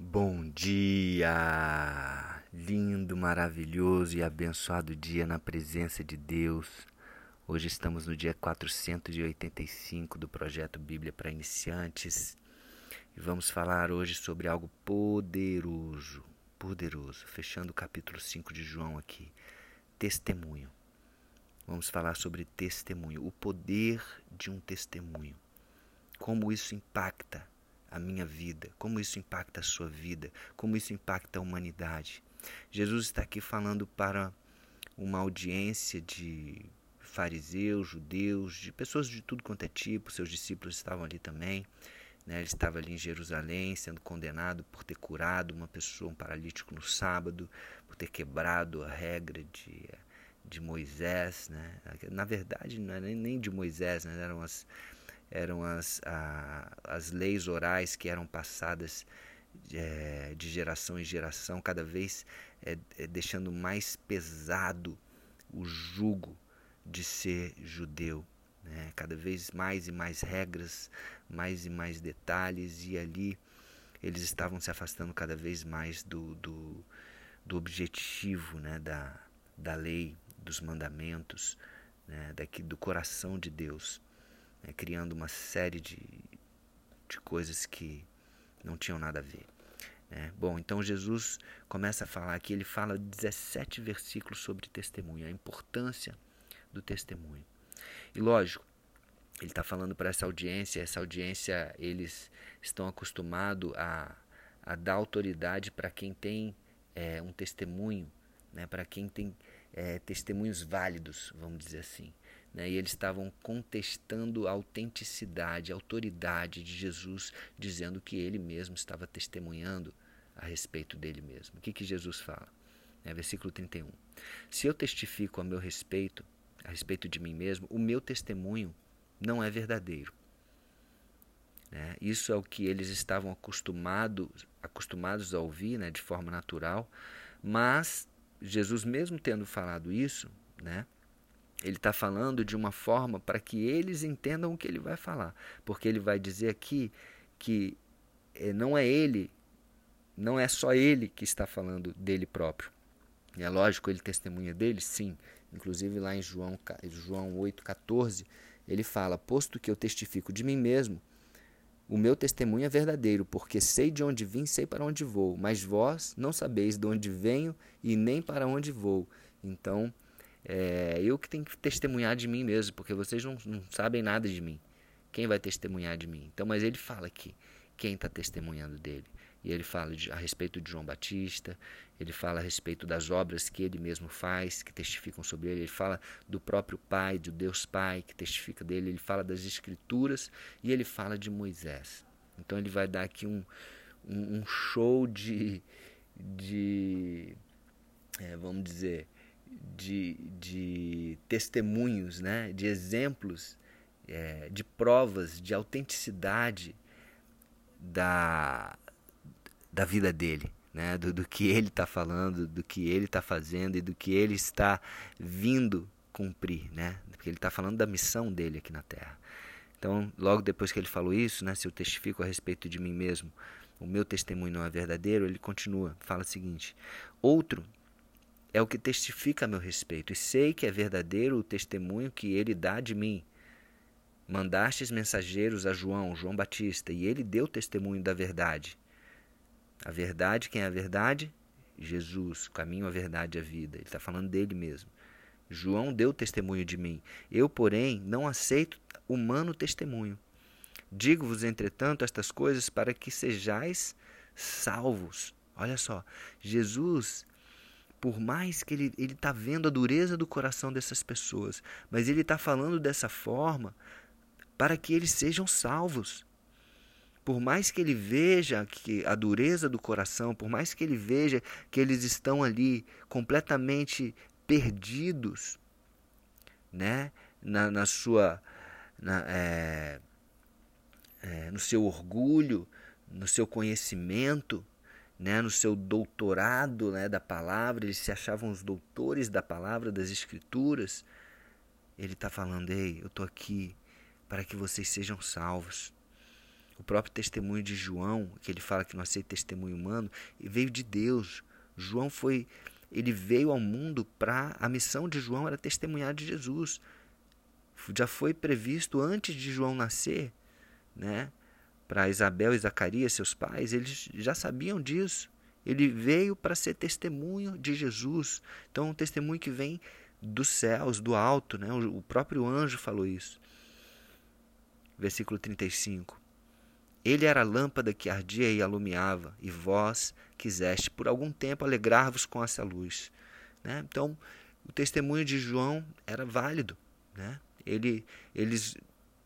Bom dia! Lindo, maravilhoso e abençoado dia na presença de Deus. Hoje estamos no dia 485 do projeto Bíblia para Iniciantes e vamos falar hoje sobre algo poderoso, fechando o capítulo 5 de João aqui, testemunho. Vamos falar sobre testemunho, o poder de um testemunho, como isso impacta a minha vida, como isso impacta a sua vida, como isso impacta a humanidade. Jesus está aqui falando para uma audiência de fariseus, judeus, de pessoas de tudo quanto é tipo. Seus discípulos estavam ali também, né? Ele estava ali em Jerusalém, sendo condenado por ter curado uma pessoa, um paralítico no sábado, por ter quebrado a regra de Moisés, né? Na verdade, não era nem de Moisés, né? Eram as leis orais que eram passadas de geração em geração, cada vez deixando mais pesado o jugo de ser judeu, né? Cada vez mais e mais regras, mais e mais detalhes, e ali eles estavam se afastando cada vez mais do objetivo, né? da lei, dos mandamentos, né? Do coração de Deus, né? Criando uma série de coisas que não tinham nada a ver. Bom, então Jesus começa a falar aqui, ele fala 17 versículos sobre testemunho, a importância do testemunho. E lógico, ele está falando para essa audiência eles estão acostumados a dar autoridade para quem tem um testemunho, né, para quem tem testemunhos válidos, vamos dizer assim. Né, e eles estavam contestando a autenticidade, a autoridade de Jesus, dizendo que ele mesmo estava testemunhando a respeito dele mesmo. O que Jesus fala? Versículo 31. Se eu testifico a respeito de mim mesmo, o meu testemunho não é verdadeiro. Isso é o que eles estavam acostumados a ouvir, né, de forma natural, mas Jesus, mesmo tendo falado isso, né, ele está falando de uma forma para que eles entendam o que ele vai falar, porque ele vai dizer aqui que não é só ele que está falando dele próprio. E é lógico, ele testemunha dele, sim. Inclusive lá em João 8,14, ele fala: posto que eu testifico de mim mesmo, o meu testemunho é verdadeiro, porque sei de onde vim, sei para onde vou, mas vós não sabeis de onde venho e nem para onde vou. Então, eu que tenho que testemunhar de mim mesmo, porque vocês não sabem nada de mim. Quem vai testemunhar de mim? Então, mas ele fala aqui quem está testemunhando dele. E ele fala a respeito de João Batista, ele fala a respeito das obras que ele mesmo faz, que testificam sobre ele. Ele fala do próprio Pai, do Deus Pai, que testifica dele. Ele fala das Escrituras e ele fala de Moisés. Então ele vai dar aqui um show vamos dizer, de testemunhos, né? De exemplos, de provas, de autenticidade da vida dele, né? do que ele está falando, do que ele está fazendo e do que ele está vindo cumprir, né? Porque ele está falando da missão dele aqui na Terra. Então, logo depois que ele falou isso, né, se eu testifico a respeito de mim mesmo, o meu testemunho não é verdadeiro, ele continua, fala o seguinte: outro é o que testifica a meu respeito, e sei que é verdadeiro o testemunho que ele dá de mim. Mandastes mensageiros a João Batista, e ele deu testemunho da verdade. A verdade, quem é a verdade? Jesus, o caminho, a verdade e a vida. Ele está falando dele mesmo. João deu testemunho de mim. Eu, porém, não aceito humano testemunho. Digo-vos, entretanto, estas coisas para que sejais salvos. Olha só, Jesus, por mais que ele está vendo a dureza do coração dessas pessoas, mas ele está falando dessa forma para que eles sejam salvos. Por mais que ele veja que a dureza do coração, por mais que ele veja que eles estão ali completamente perdidos, né, no seu orgulho, no seu conhecimento, né, no seu doutorado, né, da palavra, eles se achavam os doutores da palavra, das Escrituras. Ele está falando: ei, eu estou aqui para que vocês sejam salvos. O próprio testemunho de João, que ele fala que não aceita testemunho humano, veio de Deus. Ele veio ao mundo para... A missão de João era testemunhar de Jesus. Já foi previsto antes de João nascer, né? Para Isabel e Zacarias, seus pais, eles já sabiam disso. Ele veio para ser testemunho de Jesus. Então, um testemunho que vem dos céus, do alto, né? O próprio anjo falou isso. Versículo 35. Ele era a lâmpada que ardia e alumiava, e vós quiseste por algum tempo alegrar-vos com essa luz. Né? Então, o testemunho de João era válido. Né? Eles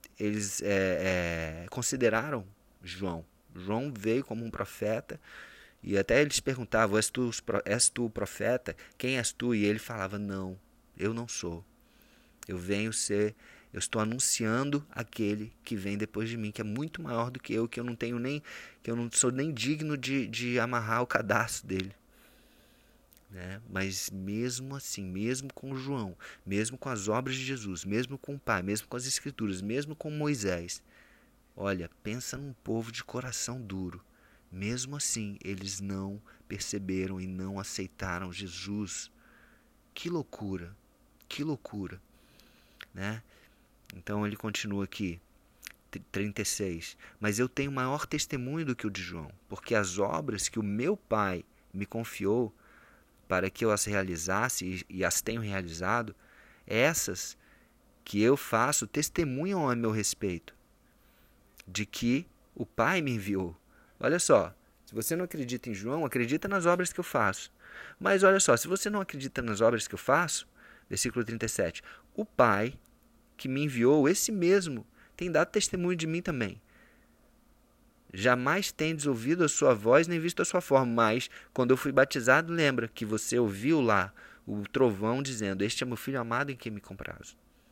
consideraram João. João veio como um profeta, e até eles perguntavam, és tu o profeta? Quem és tu? E ele falava, não, eu não sou. Eu estou anunciando aquele que vem depois de mim, que é muito maior do que eu não sou nem digno de amarrar o cadarço dele. Né? Mas mesmo assim, mesmo com João, mesmo com as obras de Jesus, mesmo com o Pai, mesmo com as Escrituras, mesmo com Moisés, olha, pensa num povo de coração duro. Mesmo assim, eles não perceberam e não aceitaram Jesus. Que loucura, que loucura. Né? Então ele continua aqui, 36. Mas eu tenho maior testemunho do que o de João, porque as obras que o meu Pai me confiou para que eu as realizasse e as tenho realizado, essas que eu faço testemunham a meu respeito, de que o Pai me enviou. Olha só, se você não acredita em João, acredita nas obras que eu faço. Mas olha só, se você não acredita nas obras que eu faço, versículo 37, o Pai que me enviou, esse mesmo, tem dado testemunho de mim também. Jamais tendes ouvido a sua voz, nem visto a sua forma, mas, quando eu fui batizado, lembra que você ouviu lá o trovão dizendo, este é meu filho amado em quem me comprazo.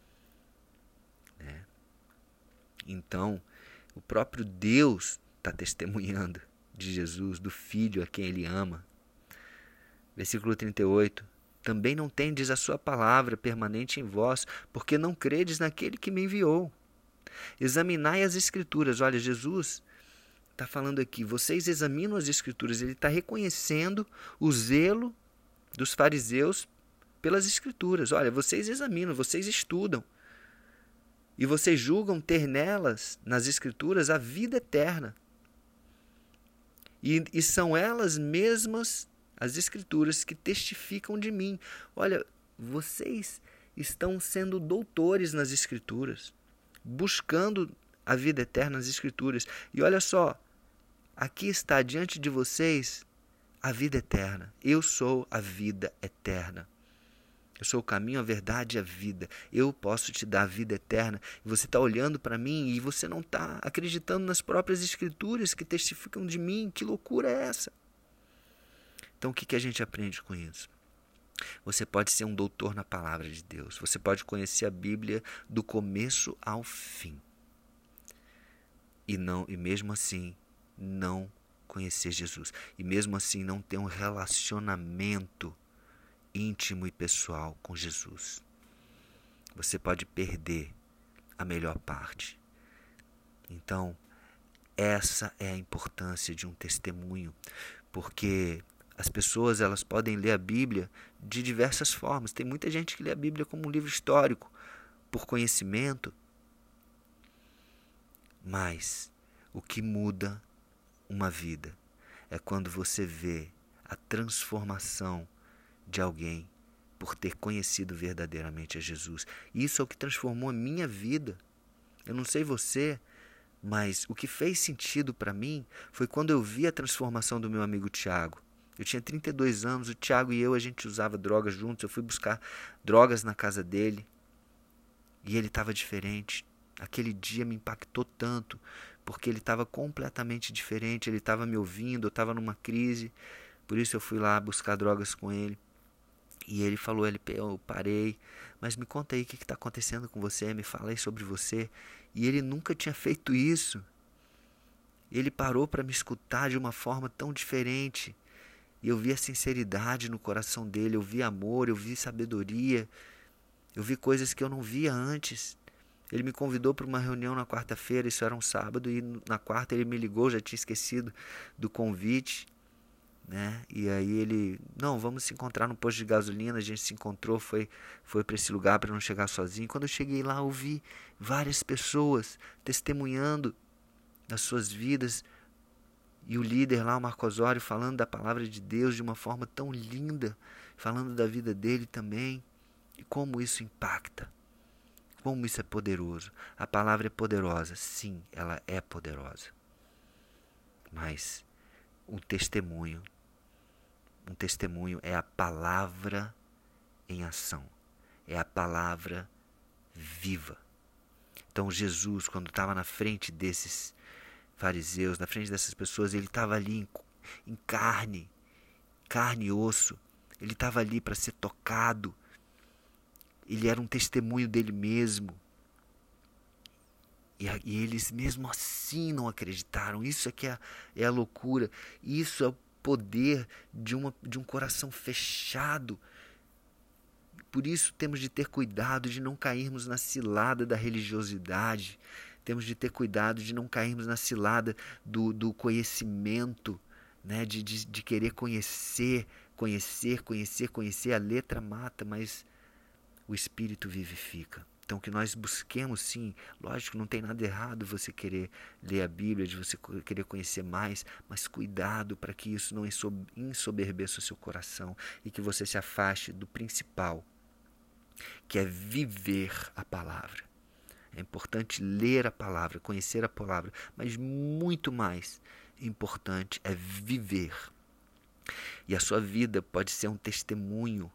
Então, o próprio Deus está testemunhando de Jesus, do Filho a quem ele ama. Versículo 38. Também não tendes a sua palavra permanente em vós, porque não credes naquele que me enviou. Examinai as Escrituras. Olha, Jesus está falando aqui, vocês examinam as Escrituras. Ele está reconhecendo o zelo dos fariseus pelas Escrituras. Olha, vocês examinam, vocês estudam. E vocês julgam ter nelas, nas Escrituras, a vida eterna. E são elas mesmas, as Escrituras, que testificam de mim. Olha, vocês estão sendo doutores nas Escrituras, buscando a vida eterna nas Escrituras. E olha só, aqui está diante de vocês a vida eterna. Eu sou a vida eterna. Eu sou o caminho, a verdade e a vida. Eu posso te dar a vida eterna. E você está olhando para mim e você não está acreditando nas próprias Escrituras que testificam de mim. Que loucura é essa? Então, o que a gente aprende com isso? Você pode ser um doutor na palavra de Deus. Você pode conhecer a Bíblia do começo ao fim. E mesmo assim, não conhecer Jesus. E mesmo assim, não ter um relacionamento íntimo e pessoal com Jesus. Você pode perder a melhor parte. Então, essa é a importância de um testemunho, porque as pessoas elas podem ler a Bíblia de diversas formas. Tem muita gente que lê a Bíblia como um livro histórico, por conhecimento. Mas o que muda uma vida é quando você vê a transformação de alguém por ter conhecido verdadeiramente a Jesus. Isso é o que transformou a minha vida. Eu não sei você, mas o que fez sentido para mim foi quando eu vi a transformação do meu amigo Tiago. Eu tinha 32 anos, o Tiago e eu, a gente usava drogas juntos. Eu fui buscar drogas na casa dele e ele estava diferente. Aquele dia me impactou tanto, porque ele estava completamente diferente. Ele estava me ouvindo, eu estava numa crise, por isso eu fui lá buscar drogas com ele. E ele falou, eu parei, mas me conta aí o que está acontecendo com você, me fala aí sobre você. E ele nunca tinha feito isso. Ele parou para me escutar de uma forma tão diferente. E eu vi a sinceridade no coração dele, eu vi amor, eu vi sabedoria, eu vi coisas que eu não via antes. Ele me convidou para uma reunião na quarta-feira, isso era um sábado, e na quarta ele me ligou, já tinha esquecido do convite, né? E aí ele, não, vamos se encontrar no posto de gasolina. A gente se encontrou, foi para esse lugar para não chegar sozinho. Quando eu cheguei lá, eu vi várias pessoas testemunhando das suas vidas, e o líder lá, o Marco Osório, falando da palavra de Deus de uma forma tão linda, falando da vida dele também, e como isso impacta, como isso é poderoso. A palavra é poderosa, sim, ela é poderosa, mas um testemunho é a palavra em ação, é a palavra viva. Então Jesus, quando estava na frente desses fariseus, na frente dessas pessoas, ele estava ali em carne e osso, ele estava ali para ser tocado, ele era um testemunho dele mesmo, e eles mesmo assim não acreditaram. Isso é que é a loucura, isso é o poder de um coração fechado. Por isso temos de ter cuidado de não cairmos na cilada da religiosidade, temos de ter cuidado de não cairmos na cilada do conhecimento, né? de querer conhecer. A letra mata, mas o Espírito vivifica. Então que nós busquemos, sim, lógico, não tem nada errado você querer ler a Bíblia, de você querer conhecer mais, mas cuidado para que isso não ensoberbeça o seu coração e que você se afaste do principal, que é viver a palavra. É importante ler a palavra, conhecer a palavra, mas muito mais importante é viver. E a sua vida pode ser um testemunho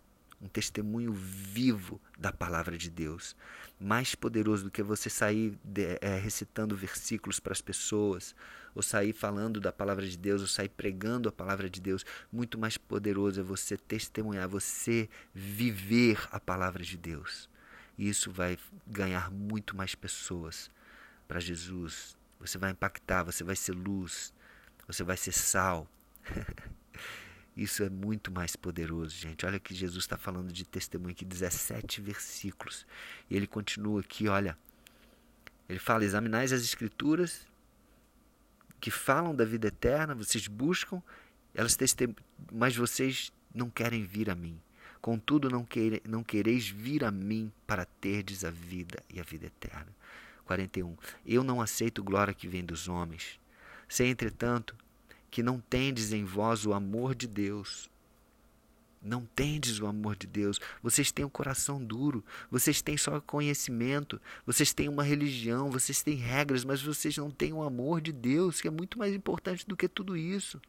vivo da palavra de Deus. Mais poderoso do que você sair recitando versículos para as pessoas, ou sair falando da palavra de Deus, ou sair pregando a palavra de Deus. Muito mais poderoso é você testemunhar, você viver a palavra de Deus. E isso vai ganhar muito mais pessoas para Jesus. Você vai impactar, você vai ser luz, você vai ser sal. Isso é muito mais poderoso, gente. Olha que Jesus está falando de testemunho aqui, 17 versículos. E ele continua aqui, olha. Ele fala, examinais as escrituras que falam da vida eterna, vocês buscam, mas vocês não querem vir a mim. Contudo, não quereis vir a mim para terdes a vida e a vida eterna. 41. Eu não aceito glória que vem dos homens. Sei, entretanto, que não tendes em vós o amor de Deus. Não tendes o amor de Deus. Vocês têm o coração duro. Vocês têm só conhecimento. Vocês têm uma religião. Vocês têm regras, mas vocês não têm o amor de Deus, que é muito mais importante do que tudo isso.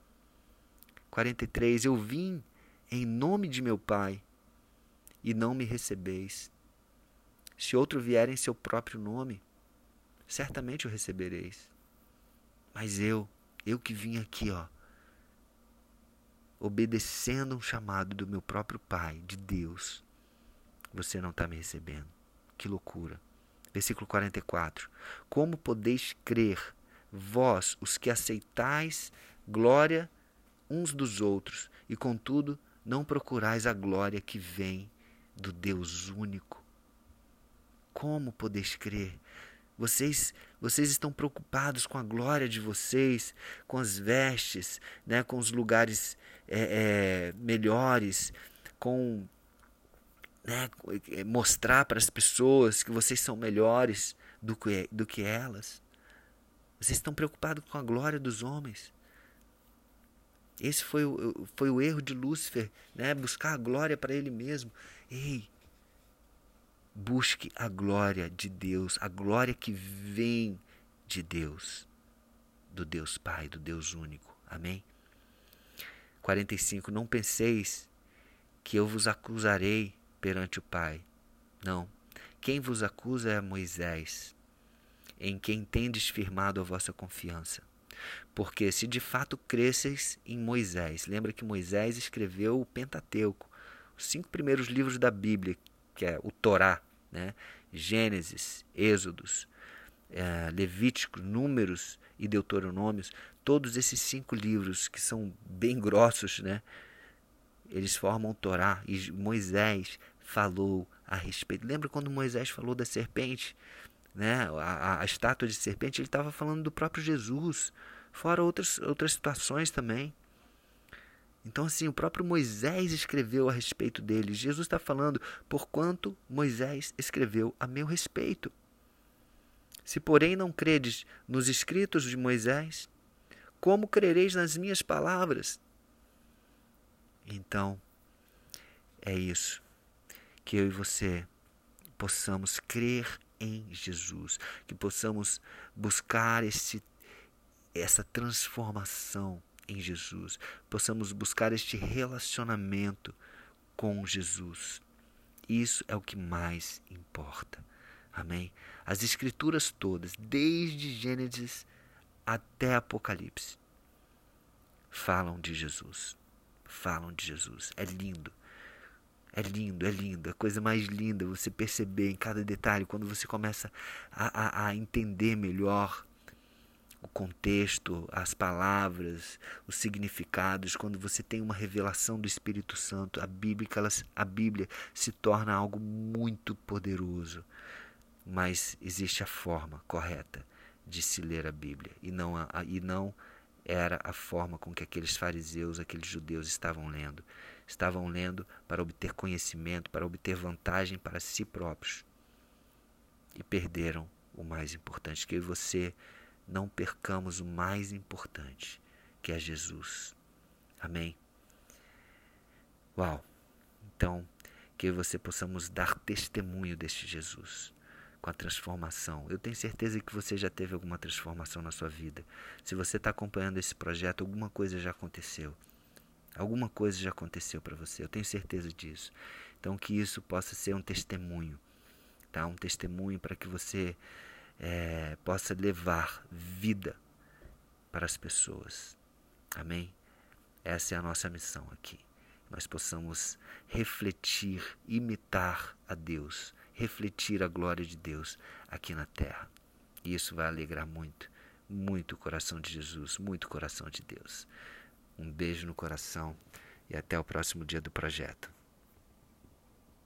43. Eu vim em nome de meu Pai, e não me recebeis. Se outro vier em seu próprio nome, certamente o recebereis. Mas eu que vim aqui, obedecendo um chamado do meu próprio Pai, de Deus, você não está me recebendo. Que loucura. Versículo 44. Como podeis crer, vós, os que aceitais glória uns dos outros, e contudo não procurais a glória que vem do Deus único? Como podeis crer? Vocês estão preocupados com a glória de vocês, com as vestes, né, com os lugares melhores, com mostrar para as pessoas que vocês são melhores do que elas. Vocês estão preocupados com a glória dos homens. Esse foi o erro de Lúcifer, né? Buscar a glória para ele mesmo. Ei, busque a glória de Deus, a glória que vem de Deus, do Deus Pai, do Deus único. Amém? 45. Não penseis que eu vos acusarei perante o Pai. Não. Quem vos acusa é Moisés, em quem tendes firmado a vossa confiança. Porque se de fato cresceis em Moisés, lembra que Moisés escreveu o Pentateuco, os 5 primeiros livros da Bíblia, que é o Torá, né? Gênesis, Êxodos, Levíticos, Números e Deuteronômios, todos esses 5 livros que são bem grossos, né? Eles formam o Torá, e Moisés falou a respeito. Lembra quando Moisés falou da serpente, né? A estátua de serpente? Ele estava falando do próprio Jesus, fora outras situações também. Então, assim, o próprio Moisés escreveu a respeito dele. Jesus está falando, porquanto Moisés escreveu a meu respeito. Se, porém, não credes nos escritos de Moisés, como crereis nas minhas palavras? Então, é isso. Que eu e você possamos crer em Jesus. Que possamos buscar essa transformação em Jesus. Possamos buscar este relacionamento com Jesus. Isso é o que mais importa. Amém? As escrituras todas, desde Gênesis até Apocalipse, falam de Jesus. Falam de Jesus. É lindo. É lindo, é lindo. A coisa mais linda você perceber em cada detalhe, quando você começa a entender melhor o contexto, as palavras, os significados, quando você tem uma revelação do Espírito Santo, a Bíblia se torna algo muito poderoso. Mas existe a forma correta de se ler a Bíblia, e não era a forma com que aqueles fariseus, aqueles judeus estavam lendo. Estavam lendo para obter conhecimento, para obter vantagem para si próprios. E perderam o mais importante, que eu e você não percamos o mais importante, que é Jesus. Amém? Uau! Então, que eu e você possamos dar testemunho deste Jesus, com a transformação. Eu tenho certeza que você já teve alguma transformação na sua vida. Se você está acompanhando esse projeto, alguma coisa já aconteceu. Alguma coisa já aconteceu para você, eu tenho certeza disso. Então, que isso possa ser um testemunho, tá? Um testemunho para que você possa levar vida para as pessoas. Amém? Essa é a nossa missão aqui. Nós possamos refletir, imitar a Deus, refletir a glória de Deus aqui na terra. E isso vai alegrar muito, muito o coração de Jesus, muito o coração de Deus. Um beijo no coração e até o próximo dia do projeto.